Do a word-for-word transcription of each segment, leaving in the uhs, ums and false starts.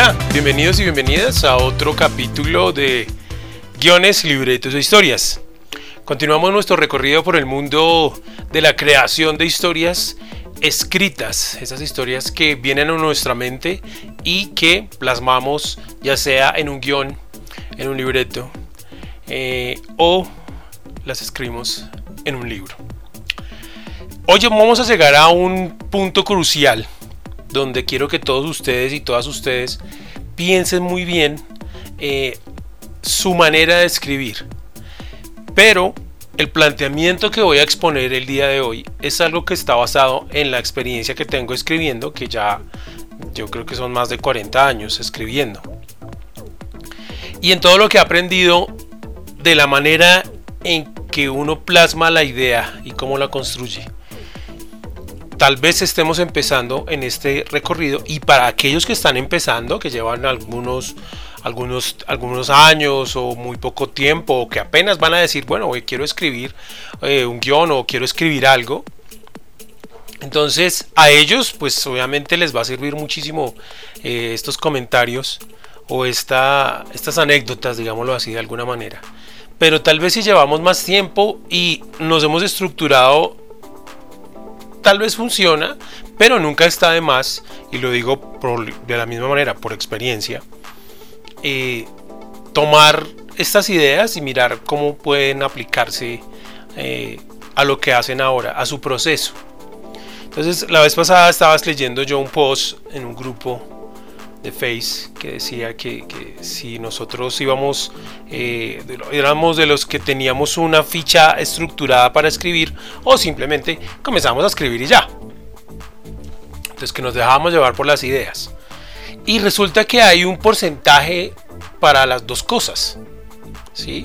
Hola, bienvenidos y bienvenidas a otro capítulo de Guiones, Libretos e Historias. Continuamos nuestro recorrido por el mundo de la creación de historias escritas, esas historias que vienen a nuestra mente y que plasmamos ya sea en un guión, en un libreto eh, o las escribimos en un libro. Hoy vamos a llegar a un punto crucial donde quiero que todos ustedes y todas ustedes piensen muy bien eh, su manera de escribir. Pero el planteamiento que voy a exponer el día de hoy es algo que está basado en la experiencia que tengo escribiendo, que ya yo creo que son más de cuarenta años escribiendo. Y en todo lo que he aprendido de la manera en que uno plasma la idea y cómo la construye. Tal vez estemos empezando en este recorrido, y para aquellos que están empezando, que llevan algunos, algunos, algunos años o muy poco tiempo, o que apenas van a decir, bueno, hoy quiero escribir eh, un guión o quiero escribir algo, entonces a ellos pues obviamente les va a servir muchísimo eh, estos comentarios o esta, estas anécdotas, digámoslo así de alguna manera. Pero tal vez si llevamos más tiempo y nos hemos estructurado, tal vez funciona, pero nunca está de más, y lo digo por, de la misma manera, por experiencia, eh, tomar estas ideas y mirar cómo pueden aplicarse eh, a lo que hacen ahora, a su proceso. Entonces, la vez pasada estabas leyendo yo un post en un grupo de Face que decía que, que si nosotros íbamos, eh, éramos de los que teníamos una ficha estructurada para escribir, o simplemente comenzamos a escribir y ya. Entonces, que nos dejábamos llevar por las ideas. Y resulta que hay un porcentaje para las dos cosas, ¿sí?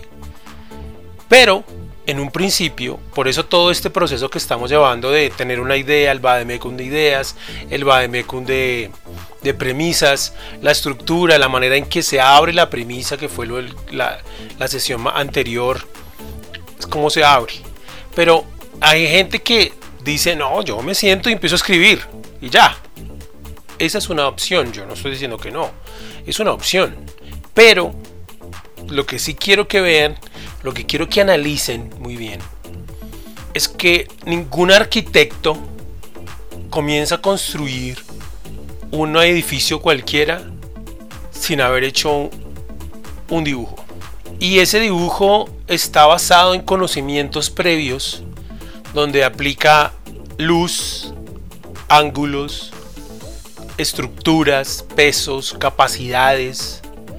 Pero en un principio, por eso todo este proceso que estamos llevando de tener una idea, el vademecum de ideas, el vademecum de, de premisas, la estructura, la manera en que se abre la premisa, que fue lo, la, la sesión anterior, es como se abre. Pero hay gente que dice, no, yo me siento y empiezo a escribir y ya. Esa es una opción, yo no estoy diciendo que no, es una opción. Pero lo que sí quiero que vean, lo que quiero que analicen muy bien, es que ningún arquitecto comienza a construir un edificio cualquiera sin haber hecho un dibujo. Y ese dibujo está basado en conocimientos previos, donde aplica luz, ángulos, estructuras, pesos, capacidades,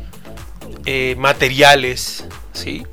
eh, materiales, ¿sí?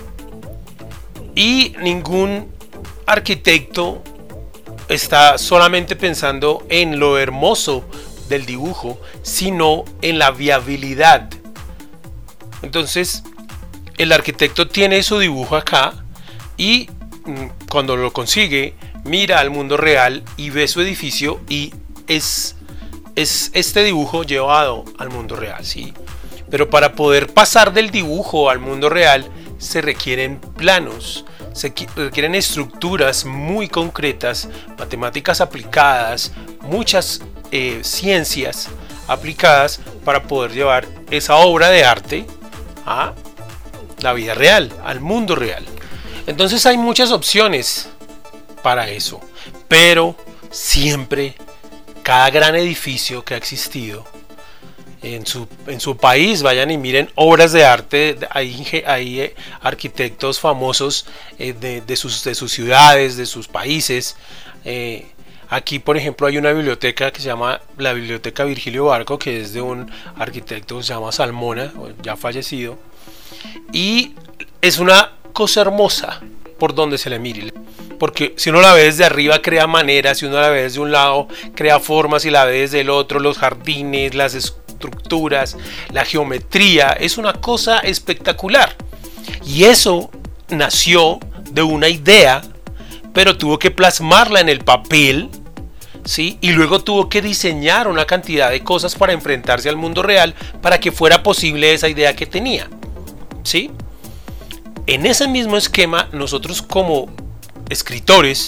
Y ningún arquitecto está solamente pensando en lo hermoso del dibujo, sino en la viabilidad. Entonces, el arquitecto tiene su dibujo acá y cuando lo consigue, mira al mundo real y ve su edificio, y es, es este dibujo llevado al mundo real, ¿sí? Pero para poder pasar del dibujo al mundo real, se requieren planos, se requieren estructuras muy concretas, matemáticas aplicadas, muchas eh, ciencias aplicadas para poder llevar esa obra de arte a la vida real, al mundo real. Entonces hay muchas opciones para eso, pero siempre cada gran edificio que ha existido En su, en su país, vayan y miren obras de arte, hay, hay eh, arquitectos famosos eh, de, de, sus, de sus ciudades, de sus países. Eh, aquí, por ejemplo, hay una biblioteca que se llama la Biblioteca Virgilio Barco, que es de un arquitecto que se llama Salmona, ya fallecido, y es una cosa hermosa por donde se le mire, porque si uno la ve desde arriba crea maneras, si uno la ve desde un lado crea formas, y la ve desde el otro, los jardines, las estructuras, la geometría, es una cosa espectacular. Y eso nació de una idea, pero tuvo que plasmarla en el papel, ¿sí? Y luego tuvo que diseñar una cantidad de cosas para enfrentarse al mundo real, para que fuera posible esa idea que tenía, ¿sí? En ese mismo esquema, nosotros como escritores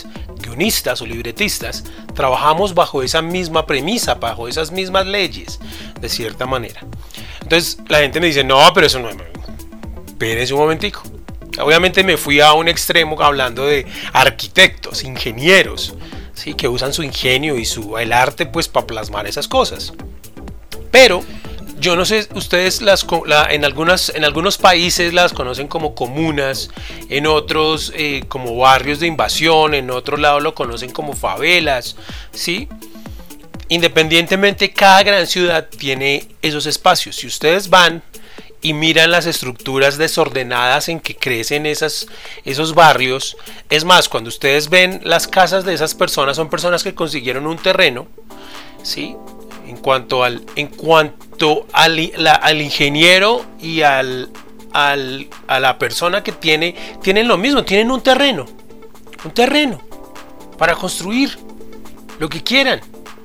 guionistas o libretistas, trabajamos bajo esa misma premisa, bajo esas mismas leyes, de cierta manera. Entonces la gente me dice, no, pero eso no es... Espérense un momentico. Obviamente me fui a un extremo hablando de arquitectos, ingenieros, ¿sí? Que usan su ingenio y su, el arte pues para plasmar esas cosas. Pero yo no sé, ustedes las, la, en, algunas, en algunos países las conocen como comunas, en otros eh, como barrios de invasión, en otro lado lo conocen como favelas, ¿sí? Independientemente, cada gran ciudad tiene esos espacios. Si ustedes van y miran las estructuras desordenadas en que crecen esas, esos barrios, es más, cuando ustedes ven las casas de esas personas, son personas que consiguieron un terreno, ¿sí? En cuanto al, en cuanto al, la, al ingeniero y al, al, a la persona que tiene, tienen lo mismo, tienen un terreno, un terreno para construir lo que quieran.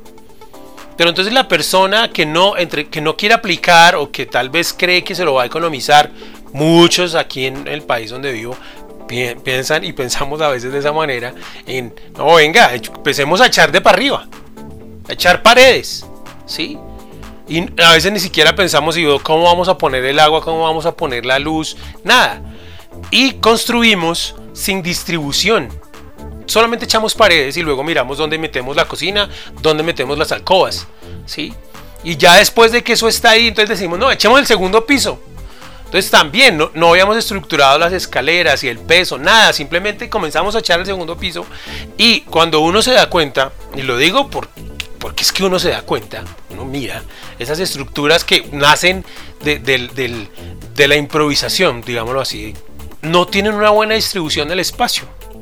Pero entonces la persona que no, entre, que no quiere aplicar o que tal vez cree que se lo va a economizar, muchos aquí en el país donde vivo piensan y pensamos a veces de esa manera, en, no, venga, empecemos a echar de para arriba, a echar paredes, ¿sí? Y a veces ni siquiera pensamos y cómo vamos a poner el agua, cómo vamos a poner la luz, nada. Y construimos sin distribución. Solamente echamos paredes y luego miramos dónde metemos la cocina, dónde metemos las alcobas, ¿sí? Y ya después de que eso está ahí, entonces decimos, no, echemos el segundo piso. Entonces también no, no habíamos estructurado las escaleras y el peso, nada, simplemente comenzamos a echar el segundo piso. Y cuando uno se da cuenta, y lo digo por, porque es que uno se da cuenta, uno mira esas estructuras que nacen de, de, de, de la improvisación, digámoslo así, no tienen una buena distribución del espacio.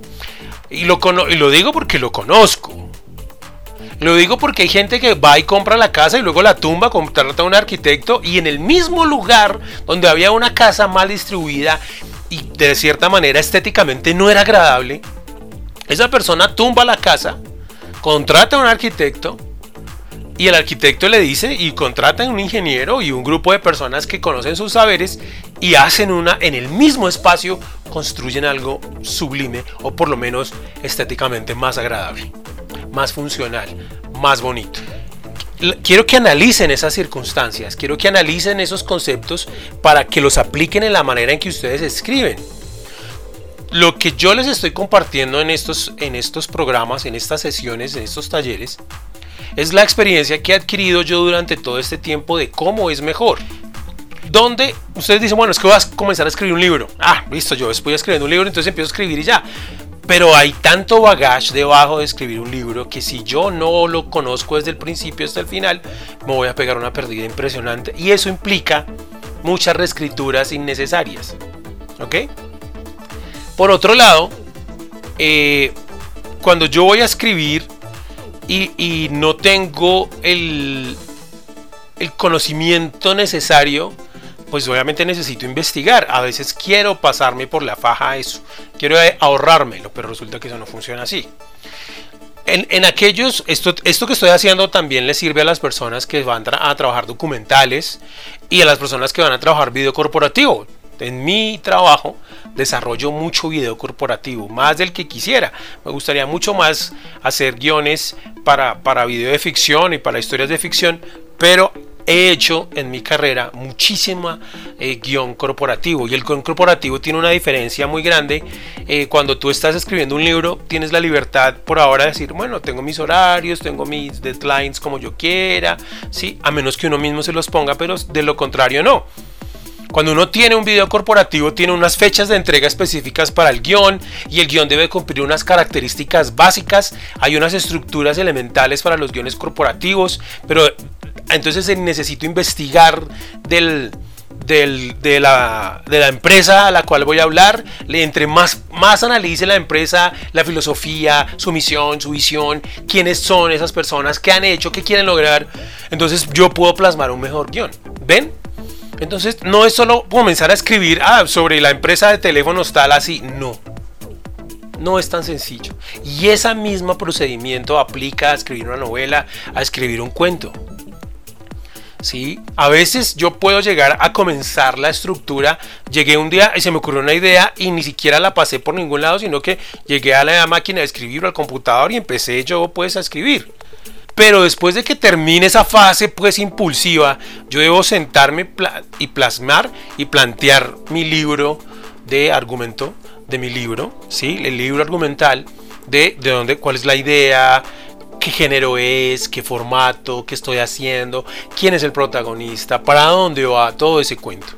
Y lo, y lo digo porque lo conozco. Lo digo porque hay gente que va y compra la casa y luego la tumba, contrata a un arquitecto y en el mismo lugar donde había una casa mal distribuida y de cierta manera estéticamente no era agradable, esa persona tumba la casa, contrata a un arquitecto y el arquitecto le dice y contrata a un ingeniero y un grupo de personas que conocen sus saberes y hacen una en el mismo espacio, construyen algo sublime o por lo menos estéticamente más agradable, más funcional, más bonito. Quiero que analicen esas circunstancias, quiero que analicen esos conceptos para que los apliquen en la manera en que ustedes escriben. Lo que yo les estoy compartiendo en estos, en estos programas, en estas sesiones, en estos talleres, es la experiencia que he adquirido yo durante todo este tiempo de cómo es mejor. Donde ustedes dicen, bueno, es que voy a comenzar a escribir un libro. Ah, listo, yo voy escribiendo un libro, entonces empiezo a escribir y ya. Pero hay tanto bagaje debajo de escribir un libro que si yo no lo conozco desde el principio hasta el final, me voy a pegar una pérdida impresionante. Y eso implica muchas reescrituras innecesarias. ¿Ok? Por otro lado, eh, cuando yo voy a escribir y, y no tengo el, el conocimiento necesario, pues obviamente necesito investigar. A veces quiero pasarme por la faja a eso, quiero ahorrármelo, pero resulta que eso no funciona así. En, en aquellos, esto, esto que estoy haciendo también le sirve a las personas que van a trabajar documentales y a las personas que van a trabajar video corporativo. En mi trabajo desarrollo mucho video corporativo, más del que quisiera. Me gustaría mucho más hacer guiones para, para video de ficción y para historias de ficción, pero he hecho en mi carrera muchísima eh, guión corporativo, y el guión corporativo tiene una diferencia muy grande. Eh, cuando tú estás escribiendo un libro tienes la libertad por ahora de decir, bueno, tengo mis horarios, tengo mis deadlines como yo quiera, ¿sí? A menos que uno mismo se los ponga, pero de lo contrario no. Cuando uno tiene un video corporativo tiene unas fechas de entrega específicas para el guión, y el guión debe cumplir unas características básicas. Hay unas estructuras elementales para los guiones corporativos, pero entonces necesito investigar del, del, de, la, de la empresa a la cual voy a hablar. Entre más, más analice la empresa, la filosofía, su misión, su visión, quiénes son esas personas, qué han hecho, qué quieren lograr, entonces yo puedo plasmar un mejor guión. ¿Ven? Entonces no es solo comenzar a escribir ah, sobre la empresa de teléfonos tal así, no. No es tan sencillo. Y ese mismo procedimiento aplica a escribir una novela, a escribir un cuento. ¿sí? A veces yo puedo llegar a comenzar la estructura, llegué un día y se me ocurrió una idea y ni siquiera la pasé por ningún lado, sino que llegué a la máquina de escribir o al computador y empecé yo pues a escribir. Pero después de que termine esa fase pues impulsiva, yo debo sentarme y plasmar y plantear mi libro de argumento, de mi libro, ¿sí? El libro argumental, de, de dónde, cuál es la idea, qué género es, qué formato, qué estoy haciendo, quién es el protagonista, para dónde va, todo ese cuento.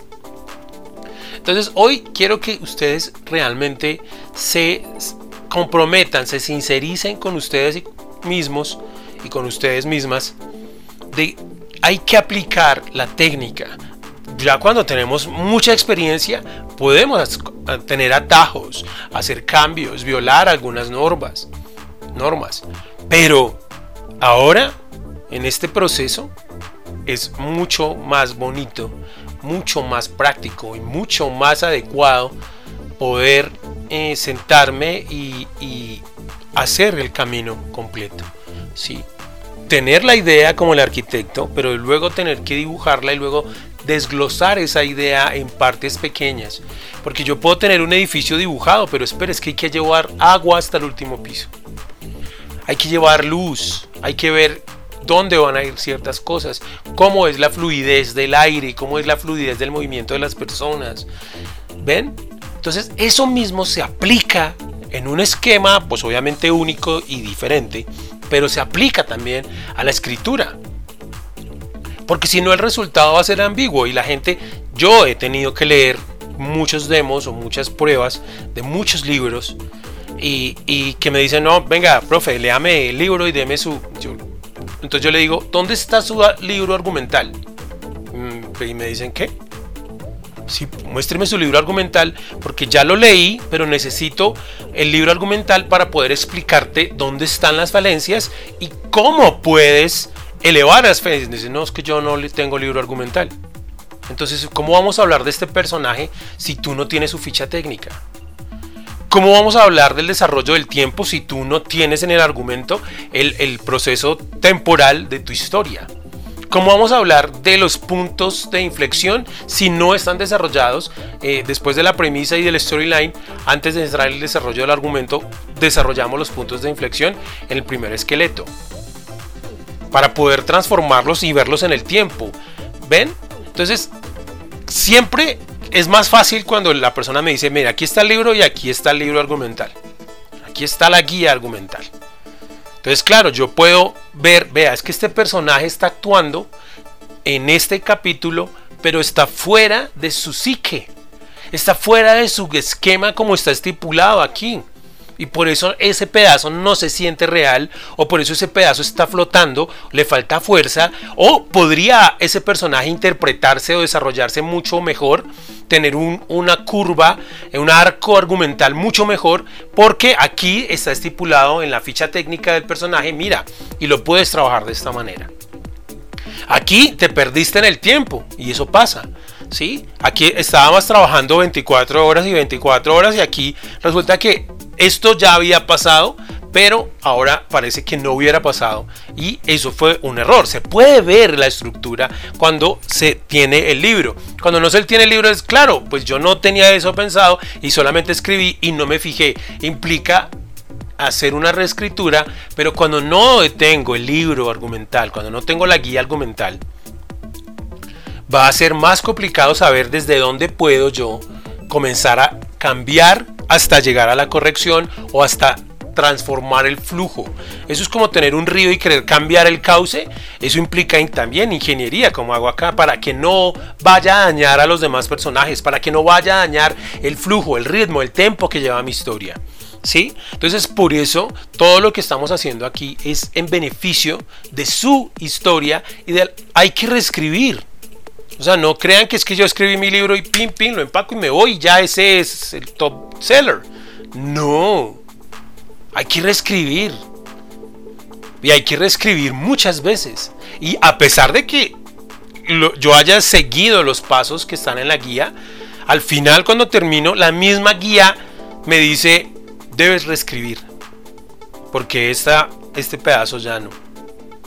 Entonces hoy quiero que ustedes realmente se comprometan, se sincericen con ustedes mismos y con ustedes mismas. De, hay que aplicar la técnica. Ya cuando tenemos mucha experiencia podemos tener atajos, hacer cambios, violar algunas normas, normas. Pero ahora, en este proceso, es mucho más bonito, mucho más práctico y mucho más adecuado poder eh, sentarme y, y hacer el camino completo, ¿sí? Tener la idea como el arquitecto, pero luego tener que dibujarla y luego desglosar esa idea en partes pequeñas. Porque yo puedo tener un edificio dibujado, pero espera, es que hay que llevar agua hasta el último piso. Hay que llevar luz, hay que ver dónde van a ir ciertas cosas, cómo es la fluidez del aire, cómo es la fluidez del movimiento de las personas. ¿Ven? Entonces eso mismo se aplica en un esquema, pues obviamente único y diferente, pero se aplica también a la escritura. Porque si no, el resultado va a ser ambiguo y la gente, yo he tenido que leer muchos demos o muchas pruebas de muchos libros y, y que me dicen, no, venga, profe, léame el libro y deme su... Yo, entonces yo le digo, ¿dónde está su libro argumental? Y me dicen, ¿qué? Sí, muéstreme su libro argumental porque ya lo leí, pero necesito el libro argumental para poder explicarte dónde están las falencias y cómo puedes elevar las falencias. Dicen, no, es que yo no le tengo libro argumental. Entonces, ¿cómo vamos a hablar de este personaje si tú no tienes su ficha técnica? ¿Cómo vamos a hablar del desarrollo del tiempo si tú no tienes en el argumento el, el proceso temporal de tu historia? ¿Cómo vamos a hablar de los puntos de inflexión si no están desarrollados eh, después de la premisa y del storyline? Antes de entrar en el desarrollo del argumento, desarrollamos los puntos de inflexión en el primer esqueleto para poder transformarlos y verlos en el tiempo. ¿Ven? Entonces, siempre es más fácil cuando la persona me dice, mira, aquí está el libro y aquí está el libro argumental. Aquí está la guía argumental. Entonces, claro, yo puedo ver, vea, es que este personaje está actuando en este capítulo, pero está fuera de su psique, está fuera de su esquema como está estipulado aquí. Y por eso ese pedazo no se siente real, o por eso ese pedazo está flotando, le falta fuerza, o podría ese personaje interpretarse o desarrollarse mucho mejor, tener un, una curva, un arco argumental mucho mejor, porque aquí está estipulado en la ficha técnica del personaje, mira, y lo puedes trabajar de esta manera. Aquí te perdiste en el tiempo, y eso pasa. ¿Sí? Aquí estábamos trabajando veinticuatro horas y veinticuatro horas y aquí resulta que esto ya había pasado, pero ahora parece que no hubiera pasado y eso fue un error. Se puede ver la estructura cuando se tiene el libro. Cuando no se tiene el libro es claro, pues yo no tenía eso pensado y solamente escribí y no me fijé. Implica hacer una reescritura, pero cuando no tengo el libro argumental, cuando no tengo la guía argumental, va a ser más complicado saber desde dónde puedo yo comenzar a cambiar hasta llegar a la corrección o hasta transformar el flujo. Eso es como tener un río y querer cambiar el cauce. Eso implica también ingeniería, como hago acá, para que no vaya a dañar a los demás personajes, para que no vaya a dañar el flujo, el ritmo, el tempo que lleva mi historia. ¿Sí? Entonces, por eso todo lo que estamos haciendo aquí es en beneficio de su historia y de, hay que reescribir. O sea, no crean que es que yo escribí mi libro y pim, pim, lo empaco y me voy y ya ese es el top seller. No, hay que reescribir. Y hay que reescribir muchas veces. Y a pesar de que lo, yo haya seguido los pasos que están en la guía, al final cuando termino, la misma guía me dice, debes reescribir. Porque esta, este pedazo ya no.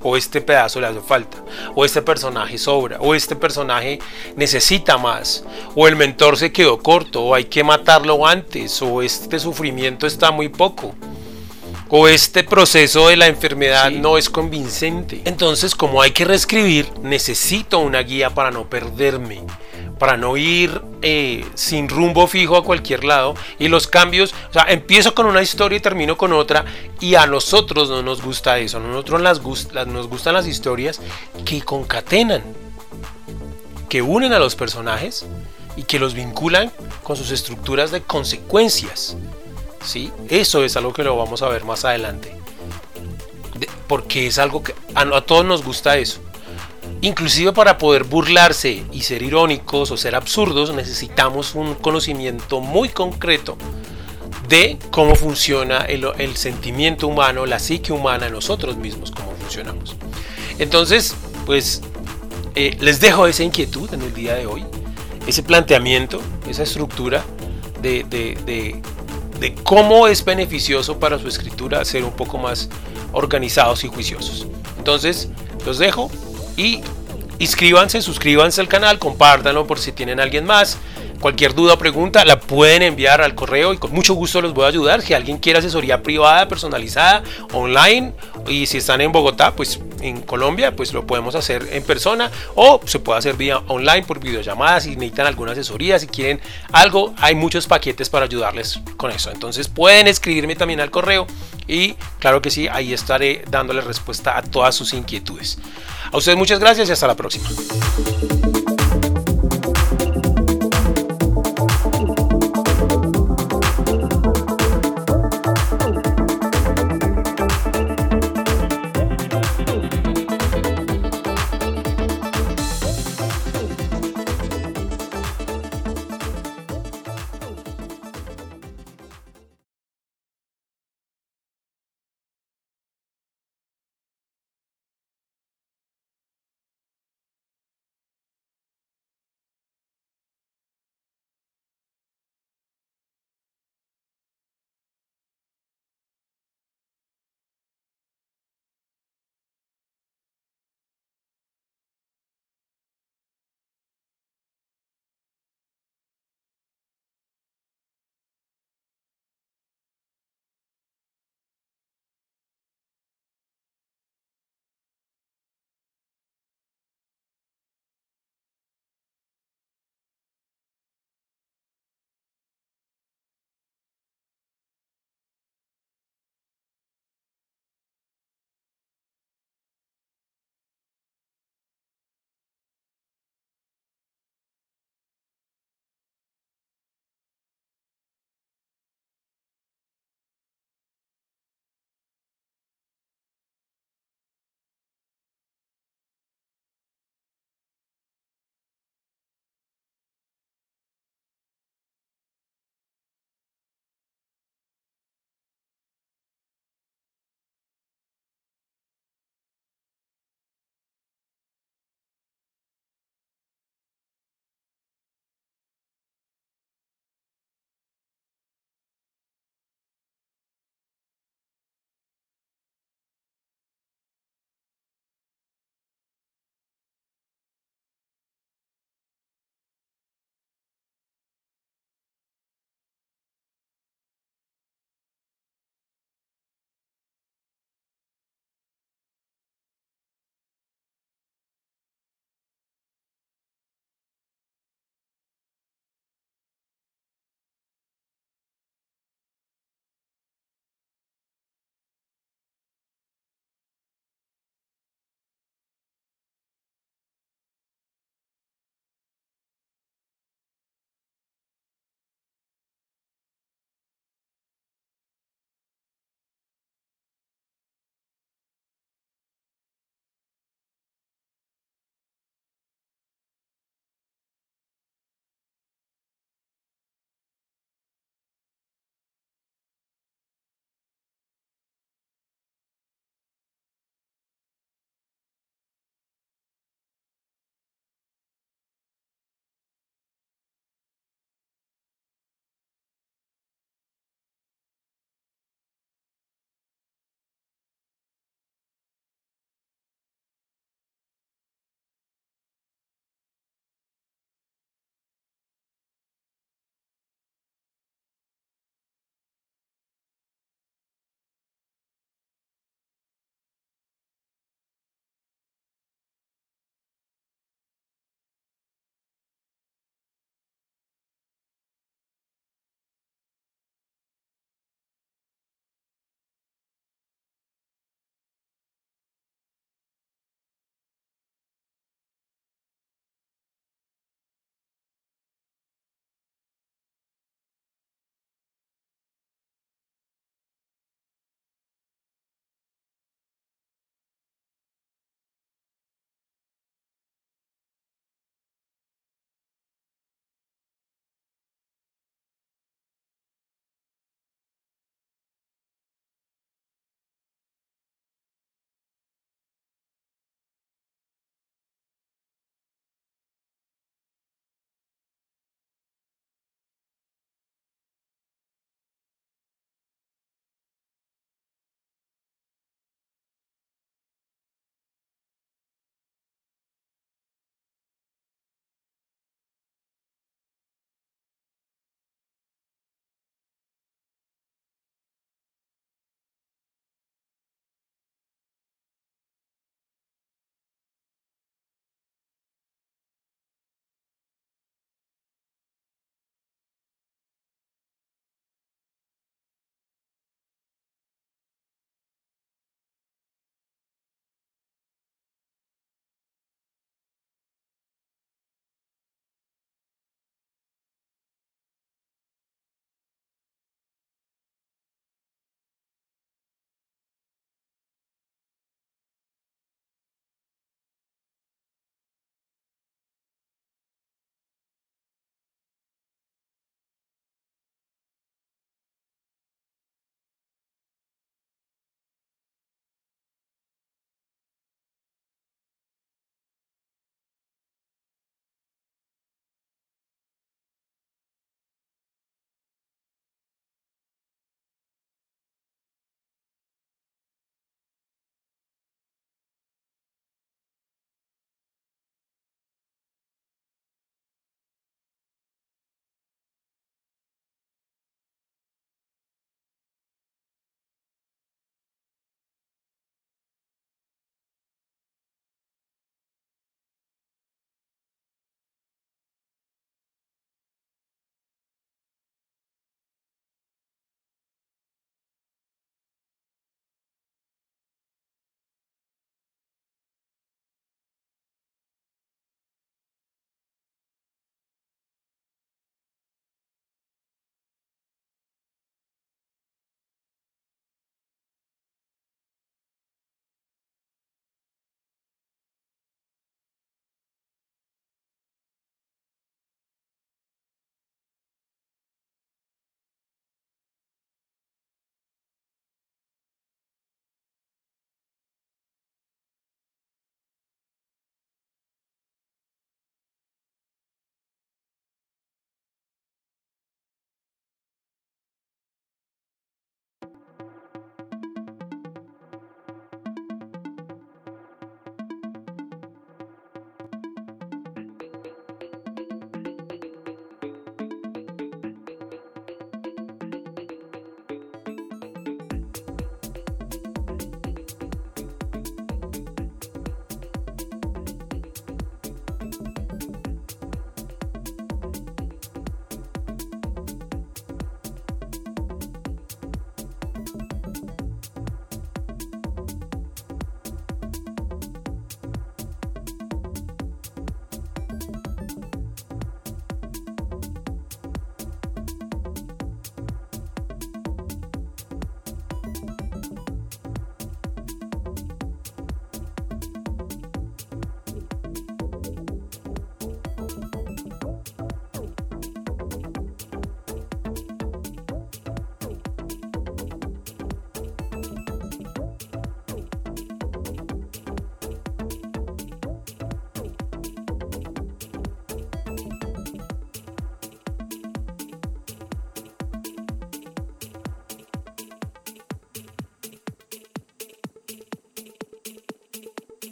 o este pedazo le hace falta, o este personaje sobra, o este personaje necesita más, o el mentor se quedó corto, o hay que matarlo antes, o este sufrimiento está muy poco, o este proceso de la enfermedad sí. no es convincente. Entonces, como hay que reescribir, necesito una guía para no perderme, para no ir eh, sin rumbo fijo a cualquier lado. Y los cambios, o sea, empiezo con una historia y termino con otra, y a nosotros no nos gusta eso. A nosotros las gust- nos gustan las historias que concatenan, que unen a los personajes y que los vinculan con sus estructuras de consecuencias. ¿Sí? Eso es algo que lo vamos a ver más adelante, de, porque es algo que a, a todos nos gusta eso. Inclusive para poder burlarse y ser irónicos o ser absurdos, necesitamos un conocimiento muy concreto de cómo funciona el, el sentimiento humano, la psique humana, nosotros mismos, cómo funcionamos. Entonces, pues eh, les dejo esa inquietud en el día de hoy, ese planteamiento, esa estructura de, de, de de cómo es beneficioso para su escritura ser un poco más organizados y juiciosos. Entonces, los dejo y inscríbanse, suscríbanse al canal, compártanlo por si tienen a alguien más. Cualquier duda o pregunta la pueden enviar al correo y con mucho gusto los voy a ayudar. Si alguien quiere asesoría privada, personalizada, online, y si están en Bogotá, pues en Colombia, pues lo podemos hacer en persona o se puede hacer vía online por videollamadas. Si necesitan alguna asesoría, si quieren algo, hay muchos paquetes para ayudarles con eso. Entonces pueden escribirme también al correo y claro que sí, ahí estaré dándoles respuesta a todas sus inquietudes. A ustedes muchas gracias y hasta la próxima.